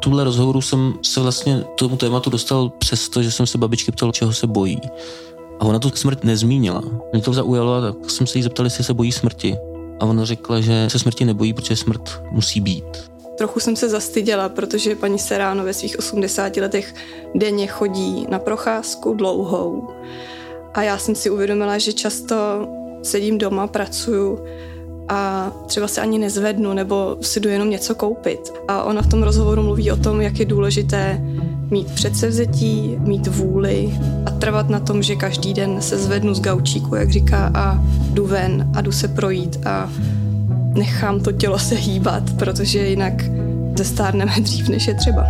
Tuhle rozhovoru jsem se vlastně tomu tématu dostal přesto, že jsem se babičky ptal, čeho se bojí. A ona tu smrt nezmínila. Mě to zaujalo a tak jsem se jí zeptal, jestli se bojí smrti. A ona řekla, že se smrti nebojí, protože smrt musí být. Trochu jsem se zastyděla, protože paní Serrano ve svých 80 letech denně chodí na procházku dlouhou. A já jsem si uvědomila, že často sedím doma, pracuju a třeba se ani nezvednu nebo si jdu jenom něco koupit. A ona v tom rozhovoru mluví o tom, jak je důležité mít předsevzetí, mít vůli a trvat na tom, že každý den se zvednu z gaučíku, jak říká, a jdu ven a jdu se projít a nechám to tělo se hýbat, protože jinak zestárneme dřív, než je třeba.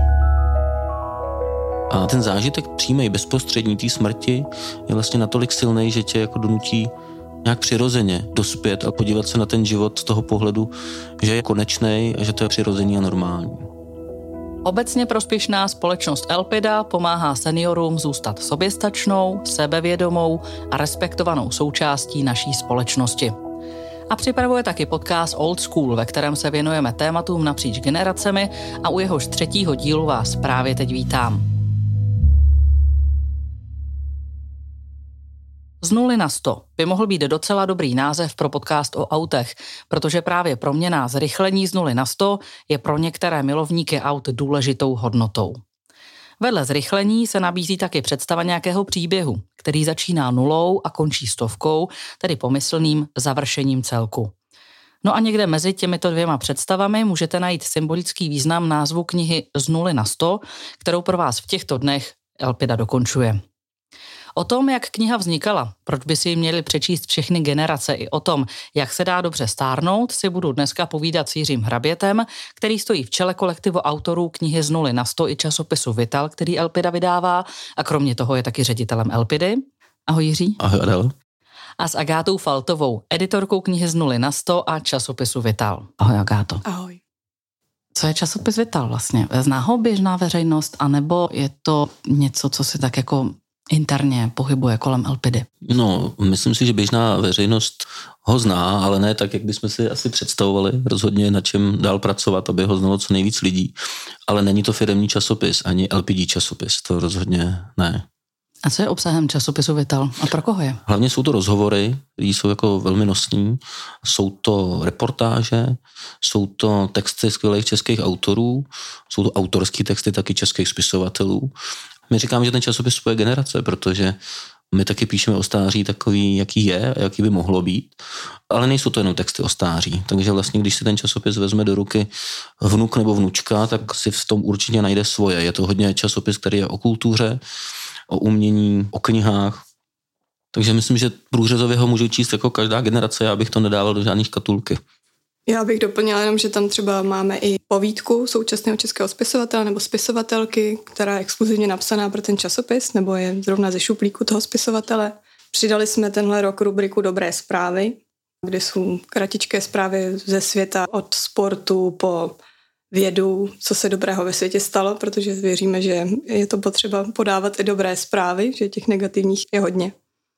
A ten zážitek přímej, bezprostřední té smrti je vlastně natolik silný, že tě jako donutí nějak přirozeně dospět a podívat se na ten život z toho pohledu, že je konečnej a že to je přirozený a normální. Obecně prospěšná společnost Elpida pomáhá seniorům zůstat soběstačnou, sebevědomou a respektovanou součástí naší společnosti. A připravuje taky podcast Old School, ve kterém se věnujeme tématům napříč generacemi a u jehož 3. dílu vás právě teď vítám. Z 0 na 100 by mohl být docela dobrý název pro podcast o autech, protože právě proměna zrychlení z 0 na 100 je pro některé milovníky aut důležitou hodnotou. Vedle zrychlení se nabízí taky představa nějakého příběhu, který začíná 0 a končí 100, tedy pomyslným završením celku. No a někde mezi těmito 2 představami můžete najít symbolický význam názvu knihy Z 0 na 100, kterou pro vás v těchto dnech Elpida dokončuje. O tom, jak kniha vznikala, proč by si ji měli přečíst všechny generace i o tom, jak se dá dobře stárnout, si budu dneska povídat s Jiřím Hrabětem, který stojí v čele kolektivu autorů knihy Z 0 na 100 i časopisu Vital, který Elpida vydává, a kromě toho je taky ředitelem Elpidy. Ahoj Jiří. Ahoj Adel. A s Agátou Faltovou, editorkou knihy Z 0 na 100 a časopisu Vital. Ahoj Agáto. Ahoj. Co je časopis Vital vlastně? Zná ho běžná veřejnost, anebo je to něco, co si tak jako interně pohybuje kolem Elpidy? No, myslím si, že běžná veřejnost ho zná, ale ne tak, jak bychom si asi představovali. Rozhodně na čem dál pracovat, aby ho znalo co nejvíc lidí. Ale není to firemní časopis, ani Elpidí časopis, to rozhodně ne. A co je obsahem časopisu Vital a pro koho je? Hlavně jsou to rozhovory, které jsou jako velmi nosní. Jsou to reportáže, jsou to texty skvělých českých autorů, jsou to autorský texty taky českých spisovatelů. My říkáme, že ten časopis spoje generace, protože my taky píšeme o stáří takový, jaký je a jaký by mohlo být, ale nejsou to jenom texty o stáří. Takže vlastně, když si ten časopis vezme do ruky vnuk nebo vnučka, tak si v tom určitě najde svoje. Je to hodně časopis, který je o kultuře, o umění, o knihách. Takže myslím, že průřezově ho můžu číst jako každá generace, já bych to nedával do žádné škatulky. Já bych doplnila jenom, že tam třeba máme i povídku současného českého spisovatele nebo spisovatelky, která je exkluzivně napsaná pro ten časopis, nebo je zrovna ze šuplíku toho spisovatele. Přidali jsme tenhle rok rubriku Dobré zprávy, kde jsou kratičké zprávy ze světa od sportu po vědu, co se dobrého ve světě stalo, protože věříme, že je to potřeba podávat i dobré zprávy, že těch negativních je hodně.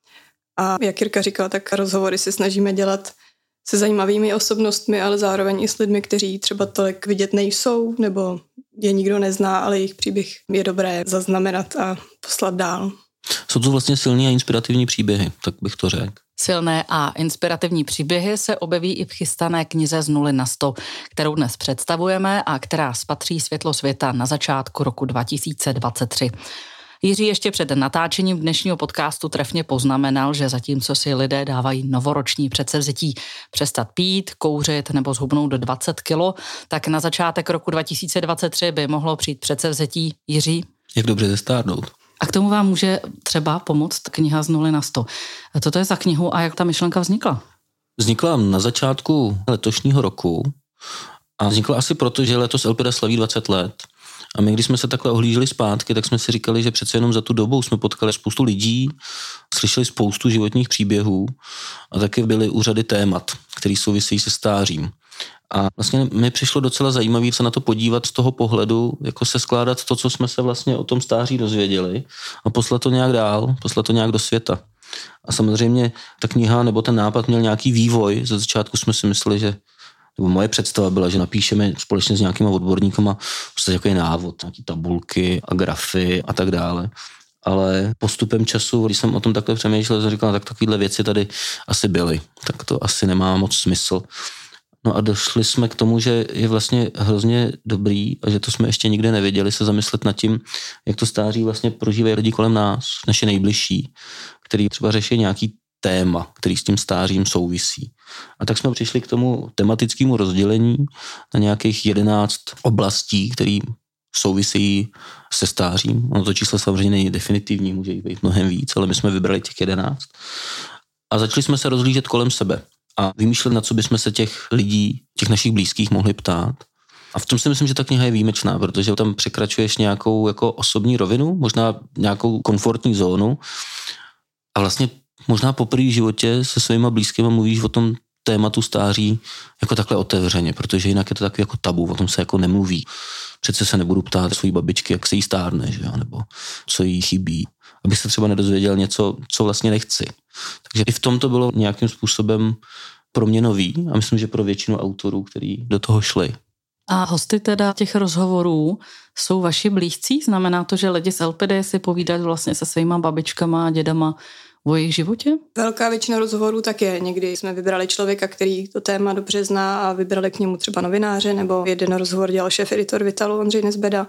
A jak Jirka říkala, tak rozhovory se snažíme dělat se zajímavými osobnostmi, ale zároveň i s lidmi, kteří třeba tolik vidět nejsou, nebo je nikdo nezná, ale jejich příběh je dobré zaznamenat a poslat dál. Jsou to vlastně silné a inspirativní příběhy, tak bych to řekl. Silné a inspirativní příběhy se objeví i v chystané knize Z 0 na 100, kterou dnes představujeme a která spatří světlo světa na začátku roku 2023. Jiří ještě před natáčením dnešního podcastu trefně poznamenal, že zatímco si lidé dávají novoroční předsevzetí přestat pít, kouřit nebo zhubnout do 20 kilo, tak na začátek roku 2023 by mohlo přijít předsevzetí. Jiří? Jak dobře zestárnout. A k tomu vám může třeba pomoct kniha Z 0 na 100. Co to je za knihu a jak ta myšlenka vznikla? Vznikla na začátku letošního roku a vznikla asi proto, že letos Elpida slaví 20 let. A my, když jsme se takhle ohlíželi zpátky, tak jsme si říkali, že přece jenom za tu dobu jsme potkali spoustu lidí, slyšeli spoustu životních příběhů a taky byly u řady témat, které souvisejí se stářím. A vlastně mi přišlo docela zajímavé se na to podívat z toho pohledu, jako se skládat to, co jsme se vlastně o tom stáří dozvěděli a poslat to nějak dál, poslat to nějak do světa. A samozřejmě ta kniha nebo ten nápad měl nějaký vývoj. Ze začátku jsme si mysleli, že nebo moje představa byla, že napíšeme společně s nějakýma odborníkama prostě takový návod, nějaký tabulky a grafy a tak dále. Ale postupem času, když jsem o tom takhle přemýšlel, jsem říkal, tak takovéhle věci tady asi byly, tak to asi nemá moc smysl. No a došli jsme k tomu, že je vlastně hrozně dobrý a že to jsme ještě nikdy nevěděli se zamyslet nad tím, jak to stáří vlastně prožívají lidi kolem nás, naše nejbližší, který třeba řeší nějaký téma, který s tím stářím souvisí. A tak jsme přišli k tomu tematickému rozdělení na nějakých 11 oblastí, které souvisí se stářím. Ono to číslo samozřejmě není definitivní, může jich být mnohem víc, ale my jsme vybrali těch 11. A začali jsme se rozhlížet kolem sebe a vymýšlet, na co bychom se těch lidí, těch našich blízkých mohli ptát. A v tom si myslím, že ta kniha je výjimečná, protože tam překračuješ nějakou jako osobní rovinu, možná nějakou komfortní zónu a vlastně možná poprvé v životě se svýma blízkými mluvíš o tom tématu stáří jako takhle otevřeně, protože jinak je to takový jako tabu, o tom se jako nemluví. Přece se nebudu ptát svojí babičky, jak se jí stárne, že? Nebo co jí chybí, abych se třeba nedozvěděl něco, co vlastně nechci. Takže i v tom to bylo nějakým způsobem pro mě nový a myslím, že pro většinu autorů, kteří do toho šli. A hosty teda těch rozhovorů jsou vaši blízcí? Znamená to, že lidi z LPD si povídají vlastně se svýma babičkama a dědama o jejich životě? Velká většina rozhovorů tak je. Někdy jsme vybrali člověka, který to téma dobře zná a vybrali k němu třeba novináře, nebo jeden rozhovor dělal šéf-editor Vitalu Ondřej Nezbeda.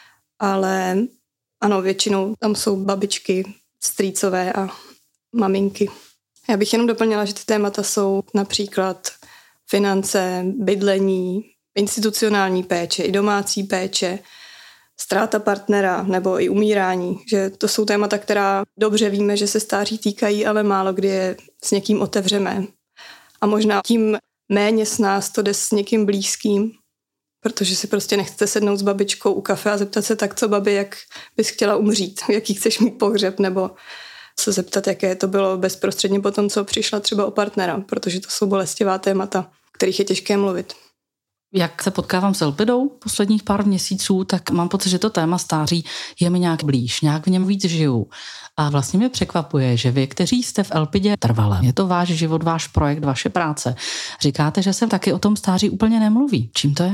Ale ano, většinou tam jsou babičky, strýcové a maminky. Já bych jenom doplnila, že ty témata jsou například finance, bydlení, institucionální péče, i domácí péče, ztráta partnera nebo i umírání, že to jsou témata, která dobře víme, že se stáří týkají, ale málo kdy je s někým otevřeme. A možná tím méně s nás to jde s někým blízkým, protože si prostě nechcete sednout s babičkou u kafe a zeptat se, tak co babi, jak bys chtěla umřít, jaký chceš mít pohřeb, nebo se zeptat, jaké to bylo bezprostředně po tom, co přišla třeba o partnera, protože to jsou bolestivá témata, kterých je těžké mluvit. Jak se potkávám s Elpidou posledních pár měsíců, tak mám pocit, že to téma stáří je mi nějak blíž, nějak v něm víc žiju. A vlastně mě překvapuje, že vy, kteří jste v Elpidě trvale, je to váš život, váš projekt, vaše práce, říkáte, že se taky o tom stáří úplně nemluví. Čím to je?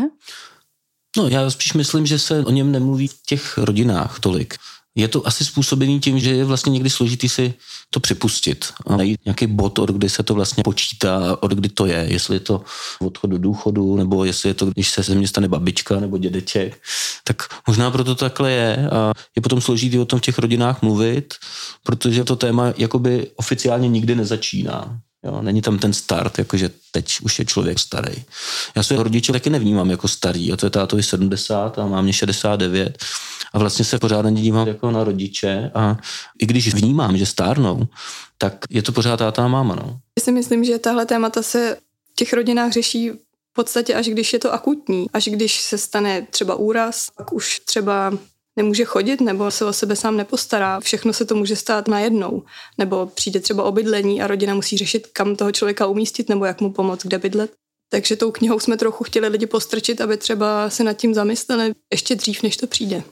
No, já spíš myslím, že se o něm nemluví v těch rodinách tolik. Je to asi způsobený tím, že je vlastně někdy složitý si to připustit a najít nějaký bod, od kdy se to vlastně počítá, od kdy to je, jestli je to odchod do důchodu, nebo jestli je to, když se ze mě stane babička nebo dědeček, tak možná proto to takhle je a je potom složitý o tom v těch rodinách mluvit, protože to téma jakoby oficiálně nikdy nezačíná. Jo, není tam ten start, jakože teď už je člověk starý. Já své rodiče taky nevnímám jako starý, a to je tátovi 70 a mámě 69 a vlastně se pořád nedívám jako na rodiče a i když vnímám, že stárnou, tak je to pořád táta a máma. No. Já si myslím, že tahle témata se v těch rodinách řeší v podstatě až když je to akutní, až když se stane třeba úraz, pak už třeba nemůže chodit nebo se o sebe sám nepostará. Všechno se to může stát najednou. Nebo přijde třeba o bydlení a rodina musí řešit, kam toho člověka umístit nebo jak mu pomoct, kde bydlet. Takže tou knihou jsme trochu chtěli lidi postrčit, aby třeba se nad tím zamysleli ještě dřív, než to přijde.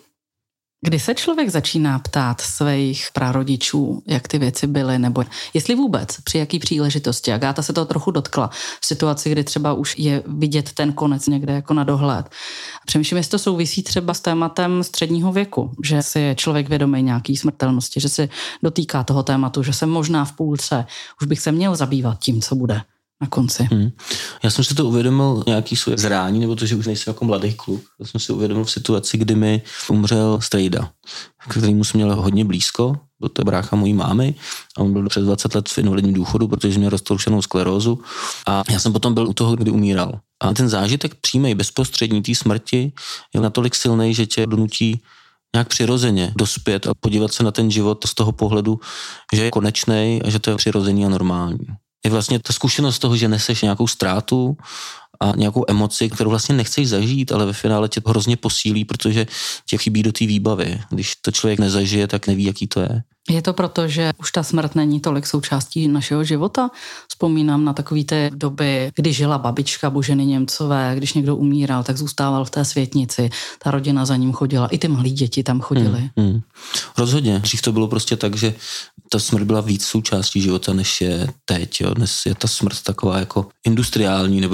Kdy se člověk začíná ptát svých prarodičů, jak ty věci byly, nebo jestli vůbec, při jaký příležitosti. Agáta se toho trochu dotkla v situaci, kdy třeba už je vidět ten konec někde jako na dohled. A přemýšlím, jestli to souvisí třeba s tématem středního věku, že si je člověk vědomý nějaký smrtelnosti, že se dotýká toho tématu, že se možná v půlce už bych se měl zabývat tím, co bude na konci. Já jsem si to uvědomil nějaký svoje zrání, nebo to, že už nejsem jako mladý kluk. Já jsem si uvědomil v situaci, kdy mi umřel strejda, kterýmu jsem měl hodně blízko, byl to brácha mojí mámy a on byl přes 20 let v invalidním důchodu, protože měl roztroušenou sklerózu a já jsem potom byl u toho, kdy umíral. A ten zážitek přímej, bezprostřední té smrti je natolik silný, že tě donutí nějak přirozeně dospět a podívat se na ten život z toho pohledu, že je konečnej a že to je přirozený a normální. Je vlastně ta zkušenost toho, že neseš nějakou ztrátu a nějakou emoci, kterou vlastně nechceš zažít, ale ve finále tě hrozně posílí, protože tě chybí do té výbavy. Když to člověk nezažije, tak neví, jaký to je. Je to proto, že už ta smrt není tolik součástí našeho života? Vzpomínám na takové ty doby, kdy žila babička Boženy Němcové, když někdo umíral, tak zůstával v té světnici, ta rodina za ním chodila, i ty malí děti tam chodily. Rozhodně. Dřív to bylo prostě tak, že ta smrt byla víc součástí života, než je teď. Jo. Dnes je ta smrt taková jako industriální nebo jako průmyslová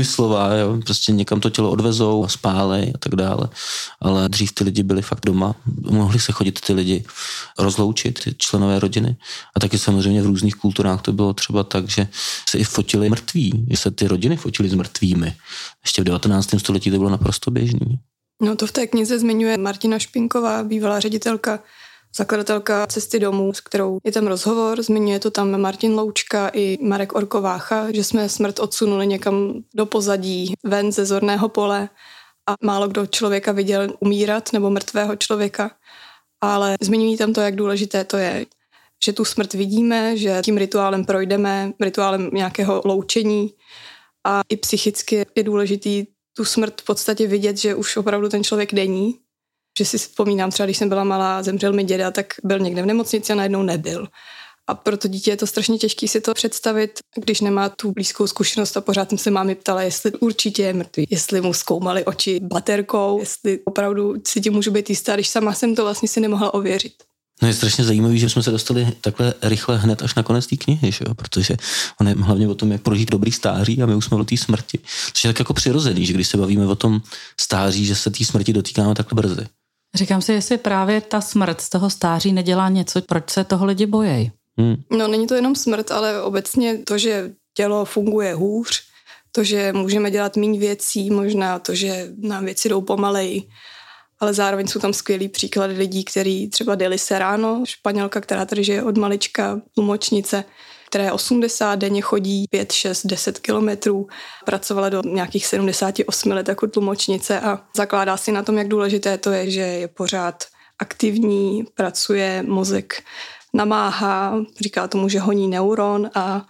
průmyslová, jo? Prostě někam to tělo odvezou, spálej a tak dále. Ale dřív ty lidi byli fakt doma, mohli se chodit ty lidi rozloučit, ty členové rodiny. A taky samozřejmě v různých kulturách to bylo třeba tak, že se i fotili mrtví, že se ty rodiny fotily s mrtvými. Ještě v 19. století to bylo naprosto běžný. No to v té knize zmiňuje Martina Špinková, bývalá ředitelka, zakladatelka Cesty domů, s kterou je tam rozhovor. Zmiňuje to tam Martin Loučka i Marek Orkovácha, že jsme smrt odsunuli někam do pozadí, ven ze zorného pole a málo kdo člověka viděl umírat nebo mrtvého člověka. Ale zmiňují tam to, jak důležité to je, že tu smrt vidíme, že tím rituálem projdeme, rituálem nějakého loučení a i psychicky je důležitý tu smrt v podstatě vidět, že už opravdu ten člověk není. Že si vzpomínám třeba, když jsem byla malá, zemřel mi děda, tak byl někde v nemocnici a najednou nebyl. A pro to dítě je to strašně těžké si to představit, když nemá tu blízkou zkušenost a pořád jsem se mámy ptala, jestli určitě je mrtvý, jestli mu zkoumali oči baterkou, jestli opravdu si tím můžu být jistá, když sama jsem to vlastně si nemohla ověřit. No je strašně zajímavý, že jsme se dostali takhle rychle hned až na konec té knihy, že jo? Protože on je hlavně o tom, jak prožít dobrý stáří a my už jsme o té smrti. Což je tak jako přirozený, že když se bavíme o tom stáří, že se té smrti dotýkáme takhle brzy. Říkám si, jestli právě ta smrt z toho stáří nedělá něco, proč se toho lidi bojejí. No není to jenom smrt, ale obecně to, že tělo funguje hůř, to, že můžeme dělat méně věcí, možná to, že nám věci jdou pomaleji, ale zároveň jsou tam skvělý příklady lidí, kteří třeba Deli Serrano, Španělka, která tady žije od malička, tlumočnice, která je 80, denně chodí 5, 6, 10 kilometrů, pracovala do nějakých 78 let jako tlumočnice a zakládá si na tom, jak důležité to je, že je pořád aktivní, pracuje, mozek namáhá, říká tomu, že honí neuron a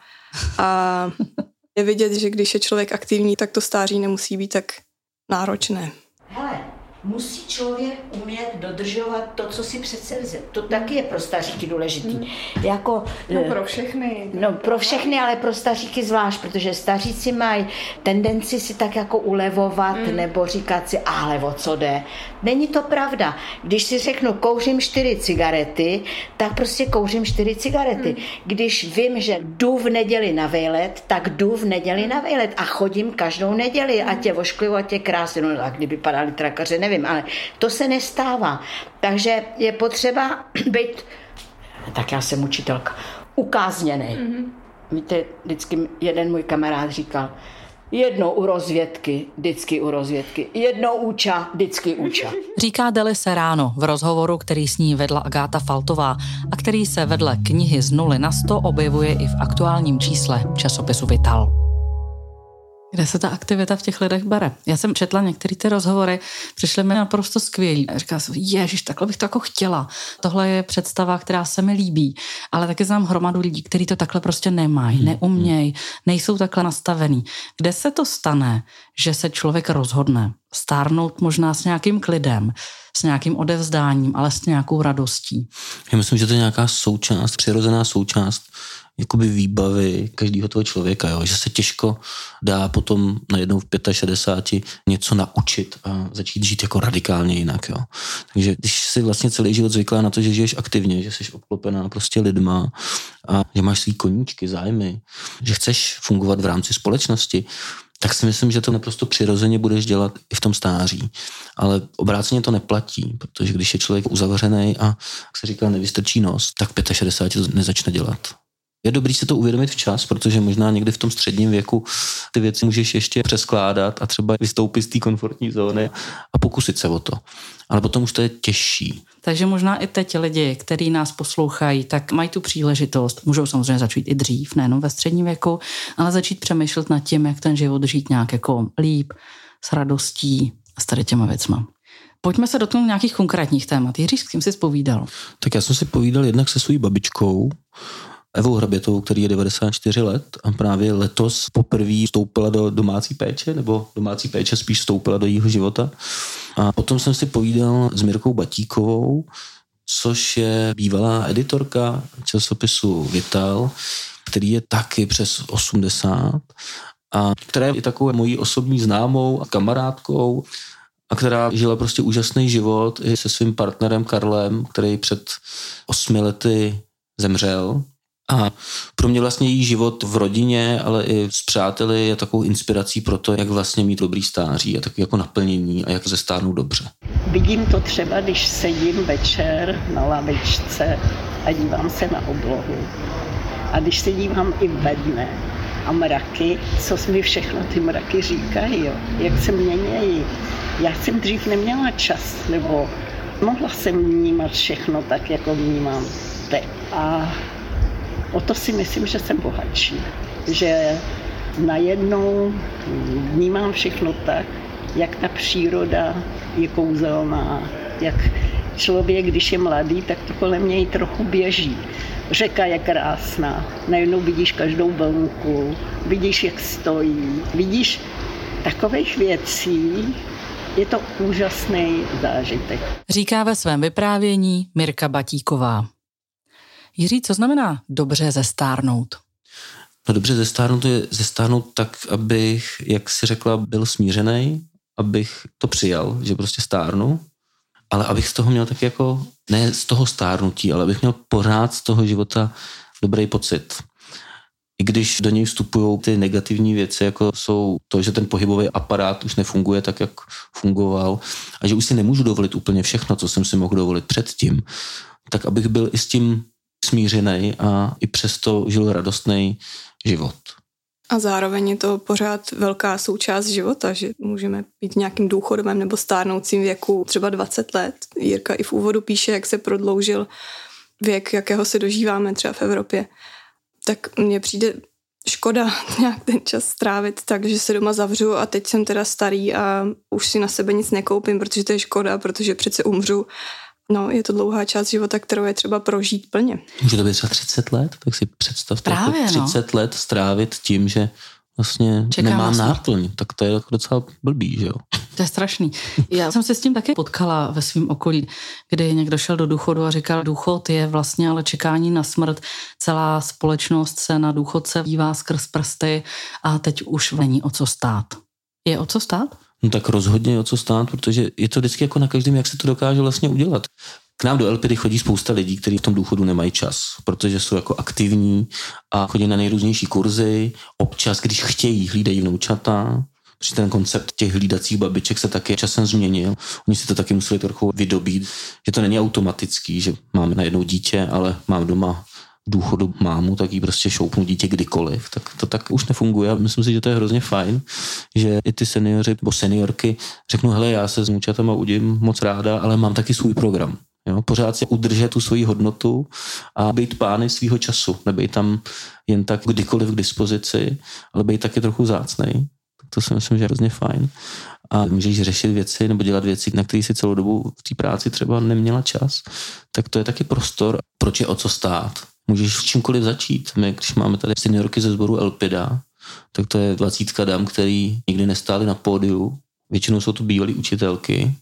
je vidět, že když je člověk aktivní, tak to stáří nemusí být tak náročné. Hele, musí člověk umět dodržovat to, co si přece vze. To taky je pro staříky důležitý. Jako, no pro všechny. No pro všechny, ale pro staříky zvlášť, protože staříci mají tendenci si tak jako ulevovat nebo říkat si, ale o co jde. Není to pravda. Když si řeknu, kouřím 4 cigarety, tak prostě kouřím 4 cigarety. Když vím, že jdu v neděli na vejlet, tak jdu v neděli na vejlet a chodím každou neděli, ať je ošklivo, ať je krásně. No tak kdyby padali trakaře, nevím, ale to se nestává. Takže je potřeba být, tak já jsem učitelka, ukázněnej. Víte, vždycky jeden můj kamarád říkal, jednou u rozvědky, vždycky u rozvědky, jednou uča, vždycky uča. Říká Deli Serrano v rozhovoru, který s ní vedla Agáta Faltová a který se vedle knihy z 0 na 100 objevuje i v aktuálním čísle časopisu Vital. Kde se ta aktivita v těch lidech bere? Já jsem četla některé ty rozhovory, přišly mi naprosto skvělý. Říkala jsem, ježiš, takhle bych to jako chtěla. Tohle je představa, která se mi líbí, ale taky znám hromadu lidí, kteří to takhle prostě nemají, neumějí, nejsou takhle nastavený. Kde se to stane, že se člověk rozhodne stárnout možná s nějakým klidem, s nějakým odevzdáním, ale s nějakou radostí? Já myslím, že to je nějaká součást, přirozená součást jakoby výbavy každého toho člověka, jo? Že se těžko dá potom najednou v 65 něco naučit a začít žít jako radikálně jinak. Jo? Takže když si vlastně celý život zvyklá na to, že žiješ aktivně, že jsi obklopená prostě lidma a že máš svý koníčky, zájmy, že chceš fungovat v rámci společnosti, tak si myslím, že to naprosto přirozeně budeš dělat i v tom stáří. Ale obráceně to neplatí, protože když je člověk uzavřený a, jak se říká, nevystrčí nos, tak 65 to nezačne dělat. Je dobrý si to uvědomit včas, protože možná někdy v tom středním věku ty věci můžeš ještě přeskládat a třeba vystoupit z té komfortní zóny a pokusit se o to. Ale potom už to je těžší. Takže možná i teď lidi, kteří nás poslouchají, tak mají tu příležitost, můžou samozřejmě začít i dřív, nejenom ve středním věku, ale začít přemýšlet nad tím, jak ten život žít nějak jako líp, s radostí a s tady těma věcma. Pojďme se dotknout nějakých konkrétních témat. Jiří, s kým jsi povídal? Tak já jsem si povídal jednak se svou babičkou, Evou Hrabětovou, který je 94 let a právě letos poprvé vstoupila do domácí péče, nebo domácí péče spíš vstoupila do jejího života. A potom jsem si povídal s Mirkou Batíkovou, což je bývalá editorka časopisu Vital, který je taky přes 80 a která je takovou mojí osobní známou a kamarádkou a která žila prostě úžasný život i se svým partnerem Karlem, který před 8 lety zemřel. A pro mě vlastně její život v rodině, ale i s přáteli je takovou inspirací pro to, jak vlastně mít dobrý stáří a taky jako naplnění a jak zestárnout dobře. Vidím to třeba, když sedím večer na lavičce a dívám se na oblohu. A když se dívám i ve dne a mraky, co mi všechno ty mraky říkají, jo? Jak se měnějí. Já jsem dřív neměla čas, nebo mohla jsem vnímat všechno tak, jako vnímám teď. A o to si myslím, že jsem bohatší. Že najednou vnímám všechno tak, jak ta příroda je kouzelná, jak člověk, když je mladý, tak to kolem něj trochu běží. Řeka je krásná, najednou vidíš každou vlnku, vidíš, jak stojí, vidíš takových věcí, je to úžasný zážitek. Říká ve svém vyprávění Mirka Batíková. Jiří, co znamená dobře zestárnout? No dobře zestárnout je zestárnout tak, abych, jak si řekla, byl smířený, abych to přijal, že prostě stárnu, ale abych z toho měl tak jako, ne z toho stárnutí, ale abych měl pořád z toho života dobrý pocit. I když do něj vstupují ty negativní věci, jako jsou to, že ten pohybový aparát už nefunguje tak, jak fungoval a že už si nemůžu dovolit úplně všechno, co jsem si mohl dovolit předtím, tak abych byl i s tím smířený a i přesto žil radostný život. A zároveň je to pořád velká součást života, že můžeme být v nějakým důchodovém nebo stárnoucím věku třeba 20 let. Jirka i v úvodu píše, jak se prodloužil věk, jakého se dožíváme třeba v Evropě. Tak mně přijde škoda nějak ten čas strávit tak, že se doma zavřu a teď jsem teda starý a už si na sebe nic nekoupím, protože to je škoda, protože přece umřu. No, je to dlouhá část života, kterou je třeba prožít plně. Může to být třeba 30 let? Tak si představte, právě, jako 30 let strávit tím, že vlastně nemám náplň. Tak to je jako docela blbý, že jo? To je strašný. Já jsem se s tím taky potkala ve svém okolí, kdy někdo šel do důchodu a říkal, důchod je vlastně ale čekání na smrt. Celá společnost se na důchodce dívá skrz prsty a teď už není o co stát. Je o co stát? No tak rozhodně o co stát, protože je to vždycky jako na každém, jak se to dokáže vlastně udělat. K nám do Elpidy chodí spousta lidí, kteří v tom důchodu nemají čas, protože jsou jako aktivní a chodí na nejrůznější kurzy. Občas, když chtějí, hlídají vnoučata. Protože ten koncept těch hlídacích babiček se taky časem změnil. Oni si to taky museli trochu vydobít, že to není automatický, že máme najednou dítě, ale mám doma důchodu mámu, tak jí prostě šoupnu dítě kdykoliv, tak to tak už nefunguje a myslím si, že to je hrozně fajn, že i ty seniori nebo seniorky řeknou, hele, já se s vnoučatama udím moc ráda, ale mám taky svůj program. Jo? Pořád si udržet tu svoji hodnotu a být pány svýho času, nebejt tam jen tak kdykoliv k dispozici, ale být taky trochu vzácnej. Tak to si myslím, že je hrozně fajn. A můžeš řešit věci nebo dělat věci, na které si celou dobu v té práci třeba neměla čas, tak to je taky prostor, proč je o co stát. Můžeš v čímkoliv začít. My, když máme tady seniorky ze sboru Elpida, tak to je 20 dam, který nikdy nestály na pódiu. Většinou jsou to bývalý učitelky.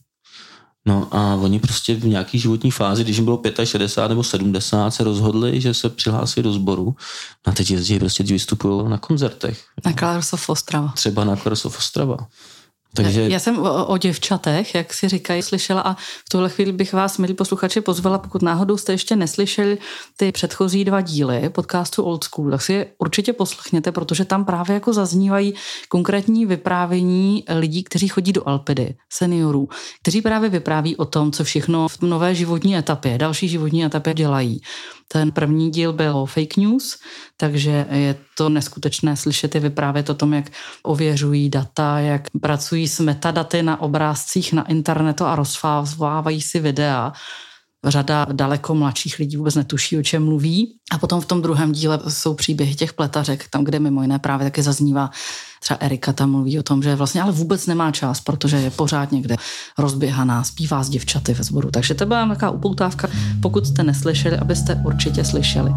No a oni prostě v nějaký životní fázi, když jim bylo 65 nebo 70, se rozhodli, že se přihlásí do sboru. A teď jezdí, prostě vystupují na koncertech. Na Klarsov Ostrava. Třeba na Klarsov Ostrava. Takže... Já jsem o děvčatech, jak si říkají, slyšela a v tuhle chvíli bych vás, milí posluchači, pozvala, pokud náhodou jste ještě neslyšeli ty předchozí 2 díly podcastu Old School, tak si je určitě poslechněte, protože tam právě jako zaznívají konkrétní vyprávění lidí, kteří chodí do Elpidy, seniorů, kteří právě vypráví o tom, co všechno v nové životní etapě, další životní etapě dělají. Ten první díl byl o fake news, takže je to neskutečné slyšet i vyprávět o tom, jak ověřují data, jak pracují s metadaty na obrázcích na internetu a rozfázovávají si videa. Řada daleko mladších lidí vůbec netuší, o čem mluví. A potom v tom druhém díle jsou příběhy těch pletařek, tam, kde mimo jiné právě taky zaznívá, třeba Erika tam mluví o tom, že vlastně ale vůbec nemá čas, protože je pořád někde rozběhaná, zpívá s děvčaty ve sboru. Takže to byla taková upoutávka, pokud jste neslyšeli, abyste určitě slyšeli.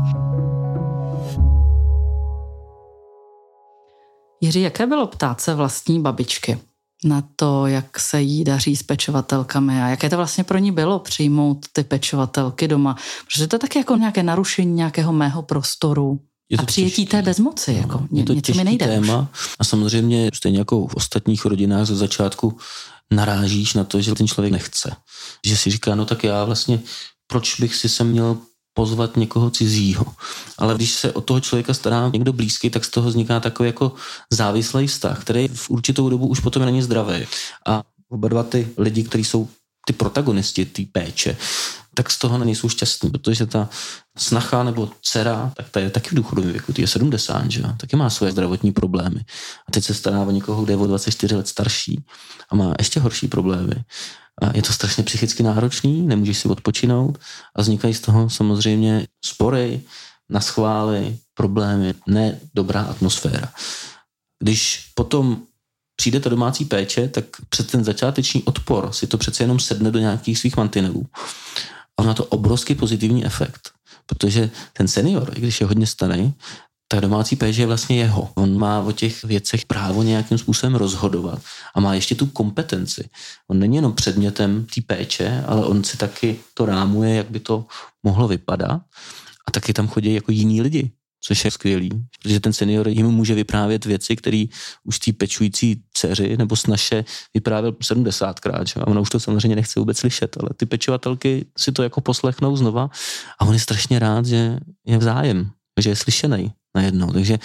Jiří, jaké bylo ptát se vlastní babičky na to, jak se jí daří s pečovatelkami a jaké to vlastně pro ní bylo přijmout ty pečovatelky doma? Protože to je taky jako nějaké narušení nějakého mého prostoru a přijetí té bezmoci. Jako něco mi nejde téma. A samozřejmě stejně jako v ostatních rodinách ze začátku narážíš na to, že ten člověk nechce. Že si říká, no tak já vlastně, proč bych si se měl pozvat někoho cizího. Ale když se o toho člověka stará někdo blízký, tak z toho vzniká takový jako závislý vztah, který v určitou dobu už potom není zdravý. A oba dva ty lidi, kteří jsou ty protagonisti té péče, tak z toho nejsou šťastní, protože ta snacha nebo dcera, tak ta je taky v důchodovém věku, ty je 70, že? Taky má svoje zdravotní problémy. A teď se stará o někoho, kde je o 24 let starší a má ještě horší problémy. A je to strašně psychicky náročný, nemůžeš si odpočinout a vznikají z toho samozřejmě spory, naschvály, problémy, ne dobrá atmosféra. Když potom přijde ta domácí péče, tak před ten začáteční odpor si to přece jenom sedne do nějakých svých mantinelů. A má to obrovský pozitivní efekt, protože ten senior, i když je hodně starý, ta domácí péče je vlastně jeho. On má o těch věcech právo nějakým způsobem rozhodovat a má ještě tu kompetenci. On není jenom předmětem té péče, ale on si taky to rámuje, jak by to mohlo vypadat. A taky tam chodí jako jiní lidi, což je skvělý, protože ten senior jim může vyprávět věci, které už té pečující dceři nebo snaše vyprávěl 70krát. Že? A ona už to samozřejmě nechce vůbec slyšet, ale ty pečovatelky si to jako poslechnou znova a on je strašně rád, že je zájem, že je slyšený najednou. Takže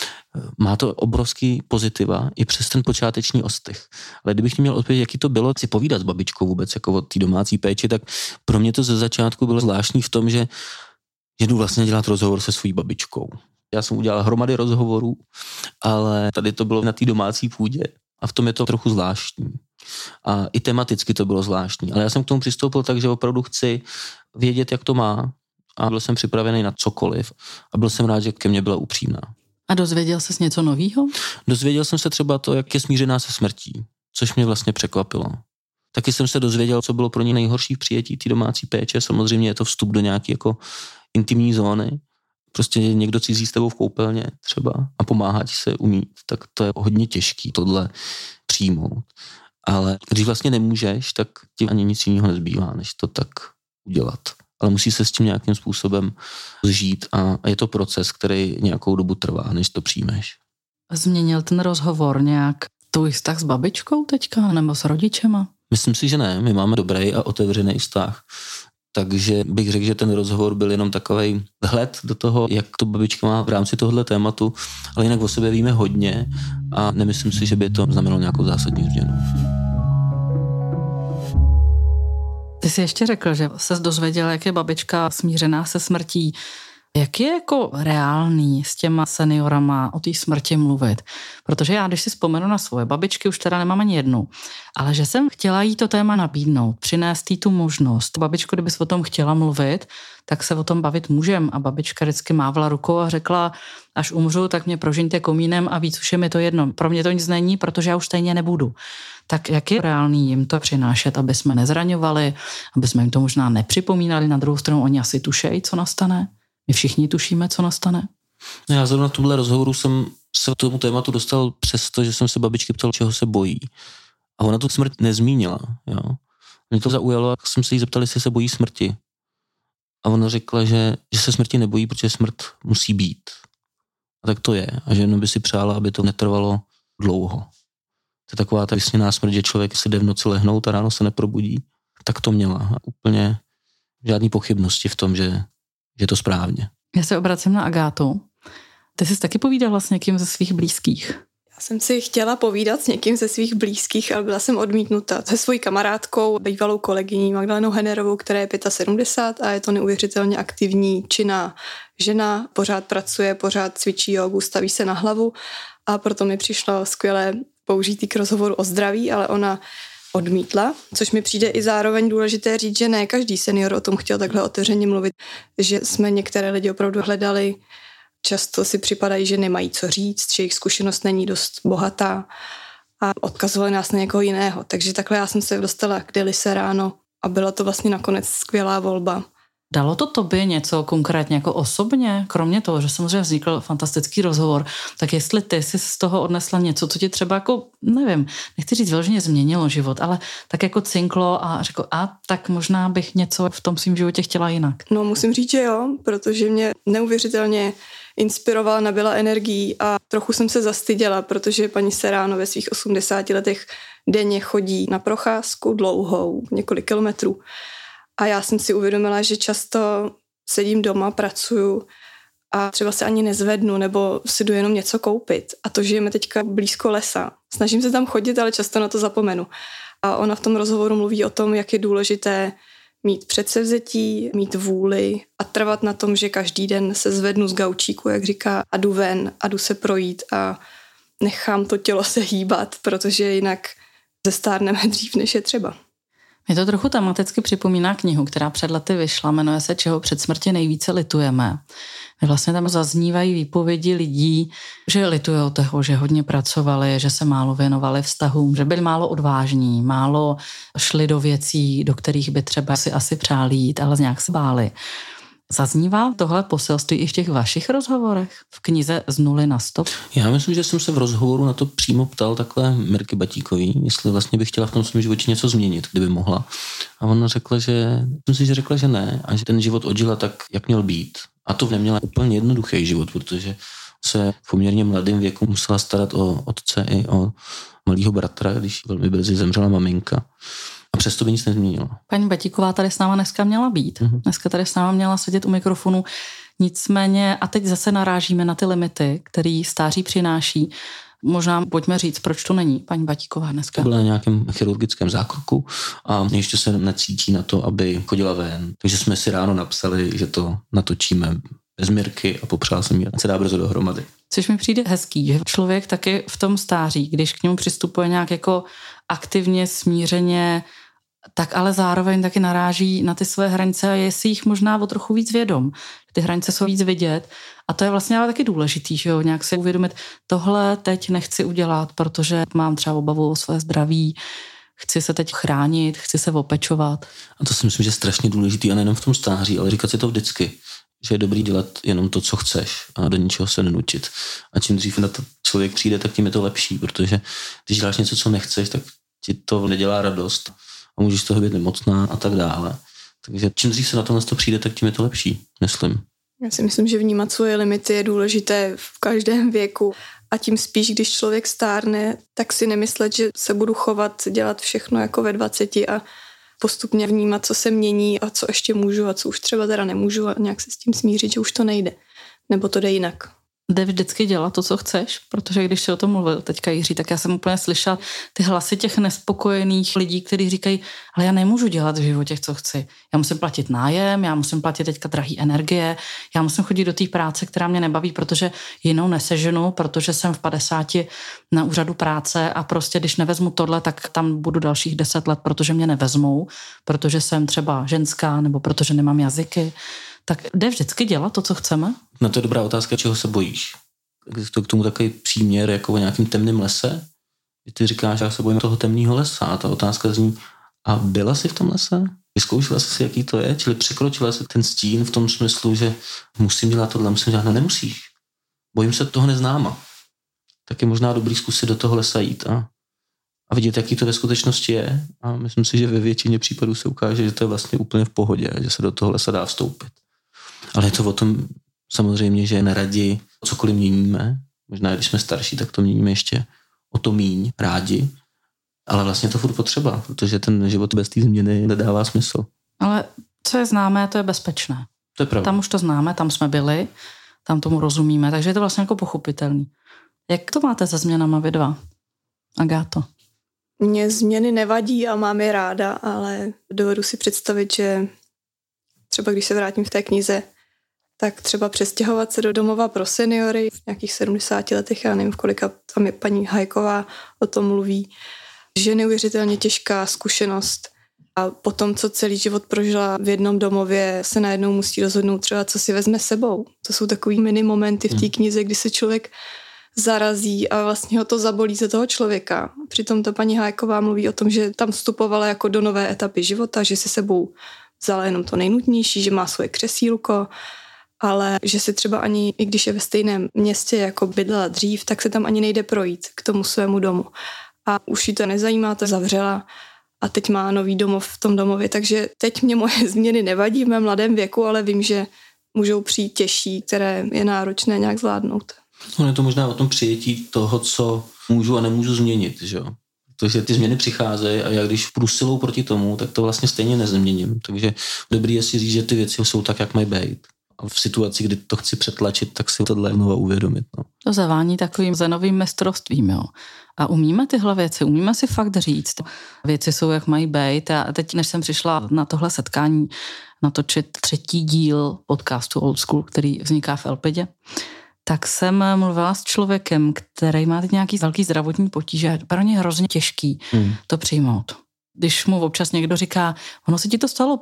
má to obrovský pozitiva i přes ten počáteční ostych. Ale kdybych měl odpovědět, jaký to bylo si povídat s babičkou vůbec jako o té domácí péči, tak pro mě to ze začátku bylo zvláštní v tom, že jdu vlastně dělat rozhovor se svojí babičkou. Já jsem udělal hromady rozhovorů, ale tady to bylo na té domácí půdě a v tom je to trochu zvláštní. A i tematicky to bylo zvláštní. Ale já jsem k tomu přistoupil tak, že opravdu chci vědět, jak to má a byl jsem připravený na cokoliv a byl jsem rád, že ke mně byla upřímná. A dozvěděl ses něco novýho? Dozvěděl jsem se třeba to, jak je smířená se smrtí, což mě vlastně překvapilo. Taky jsem se dozvěděl, co bylo pro ní nejhorší v přijetí té domácí péče. Samozřejmě je to vstup do nějaké jako intimní zóny. Prostě někdo cizí s tebou v koupelně třeba a pomáhá ti se umít, tak to je hodně těžký tohle přijmout. Ale když vlastně nemůžeš, tak ti ani nic jiného nezbývá, než to tak udělat. Ale musí se s tím nějakým způsobem zžít a je to proces, který nějakou dobu trvá, než to přijmeš. Změnil ten rozhovor nějak tvůj vztah s babičkou teďka nebo s rodičema? Myslím si, že ne. My máme dobrý a otevřený vztah. Takže bych řekl, že ten rozhovor byl jenom takovej vhled do toho, jak to babička má v rámci tohohle tématu, ale jinak o sobě víme hodně a nemyslím si, že by to znamenalo nějakou zásadní změnu. Ty jsi ještě řekl, že ses dozvěděl, jak je babička smířená se smrtí. Jak je jako reálný s těma seniorama o té smrti mluvit? Protože já, když si vzpomenu na svoje babičky, už teda nemám ani jednu, ale že jsem chtěla jí to téma nabídnout, přinést jí tu možnost. Babičko, kdybys o tom chtěla mluvit, tak se o tom bavit můžem. A babička vždycky mávla rukou a řekla, až umřu, tak mě prožiňte komínem a víc už je mi to jedno. Pro mě to nic není, protože já už stejně nebudu. Tak jak je reálný jim to přinášet, aby jsme nezraňovali, aby jsme jim to možná nepřipomínali, na druhou stranu oni asi tušejí, co nastane? My všichni tušíme, co nastane? Já zrovna tuhle rozhovoru jsem se k tomu tématu dostal přesto, že jsem se babičky ptal, čeho se bojí. A ona tu smrt nezmínila. Jo. Mě to zaujalo a jsem se jí zeptal, jestli se bojí smrti. A ona řekla, že se smrti nebojí, protože smrt musí být. A tak to je. A že jenom by si přála, aby to netrvalo dlouho. To je taková ta vysněná smrt, že člověk si jde v noci lehnout a ráno se neprobudí. Tak to měla. A úplně žádný pochybnosti v tom, že je to správně. Já se obracím na Agátu. Ty jsi taky povídala s někým ze svých blízkých. Já jsem si chtěla povídat s někým ze svých blízkých, ale byla jsem odmítnuta se svojí kamarádkou, bývalou kolegyní Magdalenou Hennerovou, která je 75 a je to neuvěřitelně aktivní, činná žena, pořád pracuje, pořád cvičí jogu, staví se na hlavu a proto mi přišlo skvělé použít k rozhovoru o zdraví, ale ona odmítla, což mi přijde i zároveň důležité říct, že ne každý senior o tom chtěl takhle otevřeně mluvit, že jsme některé lidi opravdu hledali, často si připadají, že nemají co říct, že jejich zkušenost není dost bohatá a odkazovali nás na někoho jiného. Takže takhle já jsem se dostala k Delise ráno a byla to vlastně nakonec skvělá volba. Dalo to tobě něco konkrétně jako osobně, kromě toho, že samozřejmě vznikl fantastický rozhovor, tak jestli ty jsi z toho odnesla něco, co ti třeba jako, nevím, nechci říct vyloženě změnilo život, ale tak jako cinklo a řekl, tak možná bych něco v tom svým životě chtěla jinak. No musím říct, že jo, protože mě neuvěřitelně inspirovala, nabila energií a trochu jsem se zastyděla, protože paní Serrano ve svých 80 letech denně chodí na procházku dlouhou, několik kilometrů. A já jsem si uvědomila, že často sedím doma, pracuju a třeba se ani nezvednu nebo si jdu jenom něco koupit. A to žijeme teďka blízko lesa. Snažím se tam chodit, ale často na to zapomenu. A ona v tom rozhovoru mluví o tom, jak je důležité mít předsevzetí, mít vůli a trvat na tom, že každý den se zvednu z gaučíku, jak říká, a jdu ven a jdu se projít a nechám to tělo se hýbat, protože jinak zestárneme dřív, než je třeba. Mě to trochu tematicky připomíná knihu, která před lety vyšla, jmenuje se Čeho před smrti nejvíce litujeme. Vlastně tam zaznívají výpovědi lidí, že litujou toho, že hodně pracovali, že se málo věnovali vztahům, že byli málo odvážní, málo šli do věcí, do kterých by třeba si asi přáli jít, ale nějak se báli. Zaznívá tohle poselství i v těch vašich rozhovorech v knize Z 0 na 100? Já myslím, že jsem se v rozhovoru na to přímo ptal takhle Mirky Batíkový, jestli vlastně by chtěla v tom svém životě něco změnit, kdyby mohla. A ona řekla, že ne a že ten život odžila tak, jak měl být. A to neměla úplně jednoduchý život, protože se v poměrně mladém věku musela starat o otce i o malýho bratra, když velmi brzy zemřela maminka. A přesto by nic nezměnilo. Paní Batíková tady s náma dneska měla být. Dneska tady s náma měla sedět u mikrofonu. Nicméně, a teď zase narážíme na ty limity, který stáří přináší. Možná pojďme říct, proč to není paní Batíková dneska. Byla na nějakém chirurgickém zákroku a ještě se necítí na to, aby chodila ven. Takže jsme si ráno napsali, že to natočíme bez Mirky a popřál jsem jí, ať se dá brzo dohromady. Což mi přijde hezký, že člověk taky v tom stáří, když k němu přistupuje nějak jako aktivně, smířeně, tak ale zároveň taky naráží na ty své hranice a je si jich možná o trochu víc vědom. Ty hranice jsou víc vidět a to je vlastně ale taky důležitý, že jo, nějak si uvědomit, tohle teď nechci udělat, protože mám třeba obavu o své zdraví, chci se teď chránit, chci se opečovat. A to si myslím, že je strašně důležitý a nejenom v tom stáří, ale říkat si to vždycky, že je dobrý dělat jenom to, co chceš a do ničeho se nenutit. A čím dřív na to člověk přijde, tak tím je to lepší, protože když děláš něco, co nechceš, tak ti to nedělá radost a můžeš toho být nemocná a tak dále. Takže čím dřív se na to přijde, tak tím je to lepší, myslím. Já si myslím, že vnímat svoje limity je důležité v každém věku a tím spíš, když člověk stárne, tak si nemyslet, že se budu chovat, dělat všechno jako ve 20 a postupně vnímat, co se mění a co ještě můžu a co už třeba teda nemůžu a nějak se s tím smířit, že už to nejde. Nebo to jde jinak. Jde vždycky dělat to, co chceš, protože když si o tom mluvil teďka Jiří, tak já jsem úplně slyšela ty hlasy těch nespokojených lidí, kteří říkají, ale já nemůžu dělat v životě, co chci. Já musím platit nájem, já musím platit teďka drahý energie, já musím chodit do té práce, která mě nebaví, protože jinou neseženu, protože jsem v 50 na úřadu práce a prostě když nevezmu tohle, tak tam budu dalších 10 let, protože mě nevezmou, protože jsem třeba ženská nebo protože nemám jazyky. Tak jde vždycky dělat to, co chceme? No to je dobrá otázka, čeho se bojíš. Existuje k tomu takový příměr jako o nějakým temném lese. Ty říkáš, že já se bojím toho temného lesa a ta otázka zní, a byla jsi v tom lese? Vyzkoušela jsi si, jaký to je? Čili překročila jsi ten stín v tom smyslu, že musím dělat tohle, musím dělat, no nemusíš. Bojím se toho neznáma. Tak je možná dobrý zkusit do toho lesa jít a vidět, jaký to ve skutečnosti je. A myslím si, že ve většině případů se ukáže, že to je vlastně úplně v pohodě, že se do toho lesa dá vstoupit. Ale je to o tom samozřejmě, že neradi cokoliv měníme. Možná, když jsme starší, tak to měníme ještě o to míň, rádi. Ale vlastně to furt potřeba, protože ten život bez té změny nedává smysl. Ale co je známé, to je bezpečné. To je pravda. Tam už to známe, tam jsme byli, tam tomu rozumíme, takže je to vlastně jako pochopitelný. Jak to máte se změnama vy dva, Agáto? Mně změny nevadí a mám je ráda, ale dovedu si představit, že třeba když se vrátím v té knize, tak třeba přestěhovat se do domova pro seniory v nějakých 70 letech, já nevím, v kolika tam je paní Hajková o tom mluví, že je neuvěřitelně těžká zkušenost a potom, co celý život prožila v jednom domově, se najednou musí rozhodnout třeba, co si vezme sebou. To jsou takový mini momenty v té knize, kdy se člověk zarazí a vlastně ho to zabolí za toho člověka. Přitom ta paní Hájková mluví o tom, že tam vstupovala jako do nové etapy života, že si sebou vzala jenom to nejnutnější, že má svoje křesílko, ale že si třeba ani, i když je ve stejném městě, jako bydlela dřív, tak se tam ani nejde projít k tomu svému domu. A už jí to nezajímá, to zavřela a teď má nový domov v tom domově, takže teď mě moje změny nevadí v mém mladém věku, ale vím, že můžou přijít těžší, které je náročné nějak zvládnout. No, je to možná o tom přijetí toho, co můžu a nemůžu změnit, že jo? protože ty změny přicházejí a já když půjdu silou proti tomu, tak to vlastně stejně nezměním. Takže dobrý je si říct, že ty věci jsou tak, jak mají být. A v situaci, kdy to chci přetlačit, tak si tohle znova uvědomit. No. To zavání takovým zenovým mistrovstvím, jo. A umíme tyhle věci, umíme si fakt říct, věci jsou, jak mají být. A teď, než jsem přišla na tohle setkání natočit 3. díl podcastu Old School, který vzniká v Elpidě, tak jsem mluvila s člověkem, který má teď nějaký velký zdravotní potíže. Pro ně hrozně těžký to přijmout. Když mu občas někdo říká, ono se ti to stalo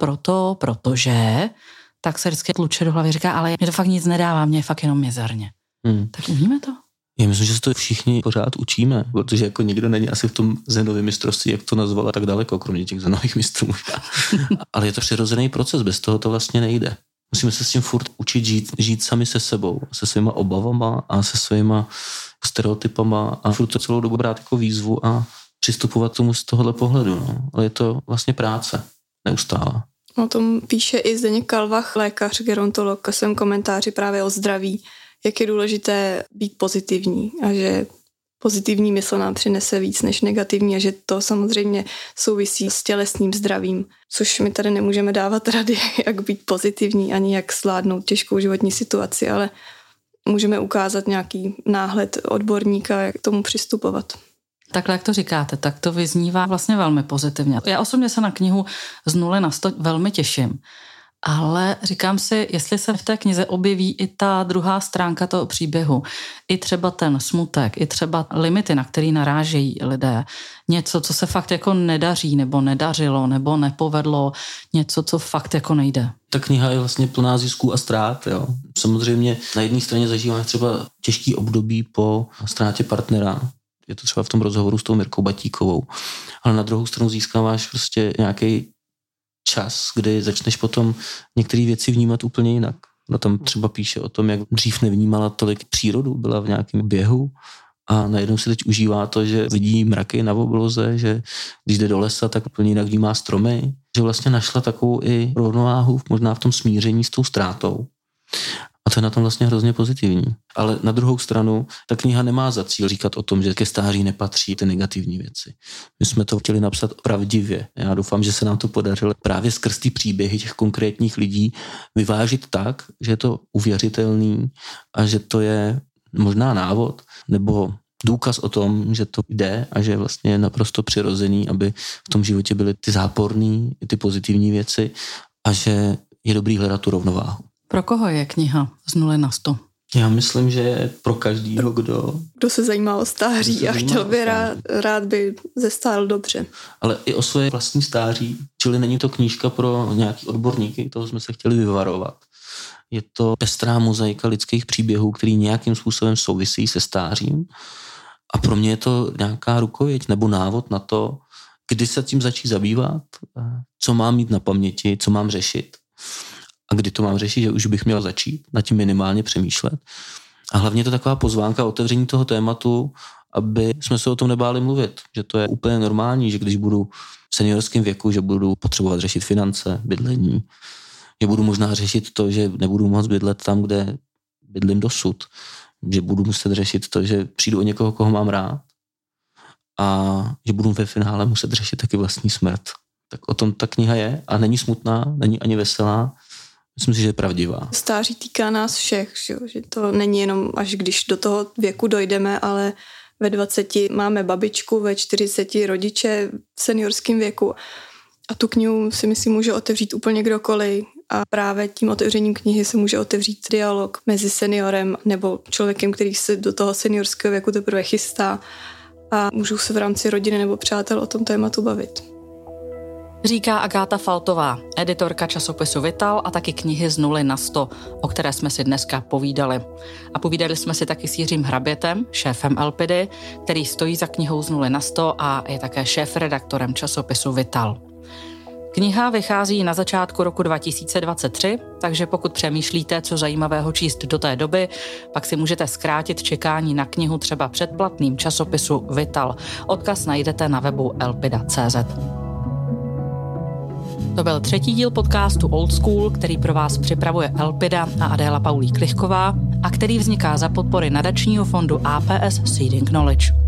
protože, tak se vždycky tluče do hlavy, říká, ale mě to fakt nic nedává, mě je fakt jenom mizerně. Tak umíme to? Já myslím, že se to všichni pořád učíme, protože jako nikdo není asi v tom zenovém mistrovství, jak to nazvala, tak daleko, kromě těch zenových mistrů možná. Ale je to přirozený proces, bez toho to vlastně nejde. Musíme se s tím furt učit žít sami se sebou, se svýma obavama a se svýma stereotypama a furt to celou dobu brát jako výzvu a přistupovat k tomu z tohohle pohledu. No. Ale je to vlastně práce neustále. O tom píše i Zdeněk Kalvach, lékař, gerontolog, ve svém komentáři právě o zdraví, jak je důležité být pozitivní a že pozitivní mysl nám přinese víc než negativní a že to samozřejmě souvisí s tělesným zdravím, což my tady nemůžeme dávat rady, jak být pozitivní ani jak zvládnout těžkou životní situaci, ale můžeme ukázat nějaký náhled odborníka, jak k tomu přistupovat. Takhle, jak to říkáte, tak to vyznívá vlastně velmi pozitivně. Já osobně se na knihu z 0 na 100 velmi těším, ale říkám si, jestli se v té knize objeví i ta druhá stránka toho příběhu, i třeba ten smutek, i třeba limity, na který narážejí lidé, něco, co se fakt jako nedaří, nebo nedařilo, nebo nepovedlo, něco, co fakt jako nejde. Ta kniha je vlastně plná zisků a ztrát. Jo. Samozřejmě na jedné straně zažíváme třeba těžký období po ztrátě partnera, je to třeba v tom rozhovoru s tou Mirkou Batíkovou, ale na druhou stranu získáváš prostě nějaký čas, kdy začneš potom některé věci vnímat úplně jinak. No tam třeba píše o tom, jak dřív nevnímala tolik přírodu, byla v nějakém běhu a najednou si teď užívá to, že vidí mraky na obloze, že když jde do lesa, tak úplně jinak vnímá stromy, že vlastně našla takovou i rovnováhu možná v tom smíření s tou ztrátou. A to je na tom vlastně hrozně pozitivní. Ale na druhou stranu, ta kniha nemá za cíl říkat o tom, že ke stáří nepatří ty negativní věci. My jsme to chtěli napsat pravdivě. Já doufám, že se nám to podařilo právě skrz ty příběhy těch konkrétních lidí vyvážit tak, že je to uvěřitelný a že to je možná návod nebo důkaz o tom, že to jde a že vlastně je naprosto přirozený, aby v tom životě byly ty záporné, ty pozitivní věci a že je dobrý hledat tu rovnováhu. Pro koho je kniha z 0 na 100? Já myslím, že je pro každýho, kdo se zajímá o stáří a chtěl by rád by zestárl dobře. Ale i o své vlastní stáří, čili není to knížka pro nějaký odborníky, toho jsme se chtěli vyvarovat. Je to pestrá mozaika lidských příběhů, který nějakým způsobem souvisí se stářím. A pro mě je to nějaká rukověď nebo návod na to, kdy se tím začít zabývat, co mám mít na paměti, co mám řešit. A kdy to mám řešit, že už bych měl začít nad tím minimálně přemýšlet. A hlavně je to taková pozvánka otevření toho tématu, aby jsme se o tom nebáli mluvit. Že to je úplně normální, že když budu v seniorském věku, že budu potřebovat řešit finance, bydlení, že budu možná řešit to, že nebudu moct bydlet tam, kde bydlím dosud. Že budu muset řešit to, že přijdu o někoho, koho mám rád a že budu ve finále muset řešit taky vlastní smrt. Tak o tom ta kniha je a není smutná, není ani veselá. Myslím si, že je pravdivá. Stáří týká nás všech, že to není jenom až když do toho věku dojdeme, ale ve 20 máme babičku, ve 40 rodiče v seniorském věku. A tu knihu si myslím může otevřít úplně kdokoliv. A právě tím otevřením knihy se může otevřít dialog mezi seniorem nebo člověkem, který se do toho seniorského věku teprve chystá a můžou se v rámci rodiny nebo přátel o tom tématu bavit. Říká Agáta Faltová, editorka časopisu Vital a taky knihy z 0 na 100, o které jsme si dneska povídali. A povídali jsme si taky s Jiřím Hrabětem, šéfem Elpidy, který stojí za knihou z 0 na 100 a je také šéfredaktorem časopisu Vital. Kniha vychází na začátku roku 2023, takže pokud přemýšlíte, co zajímavého číst do té doby, pak si můžete zkrátit čekání na knihu třeba předplatným časopisu Vital. Odkaz najdete na webu elpida.cz. To byl 3. díl podcastu Old School, který pro vás připravuje Elpida a Adéla Paulík-Lichková a který vzniká za podpory nadačního fondu APS Seeding Knowledge.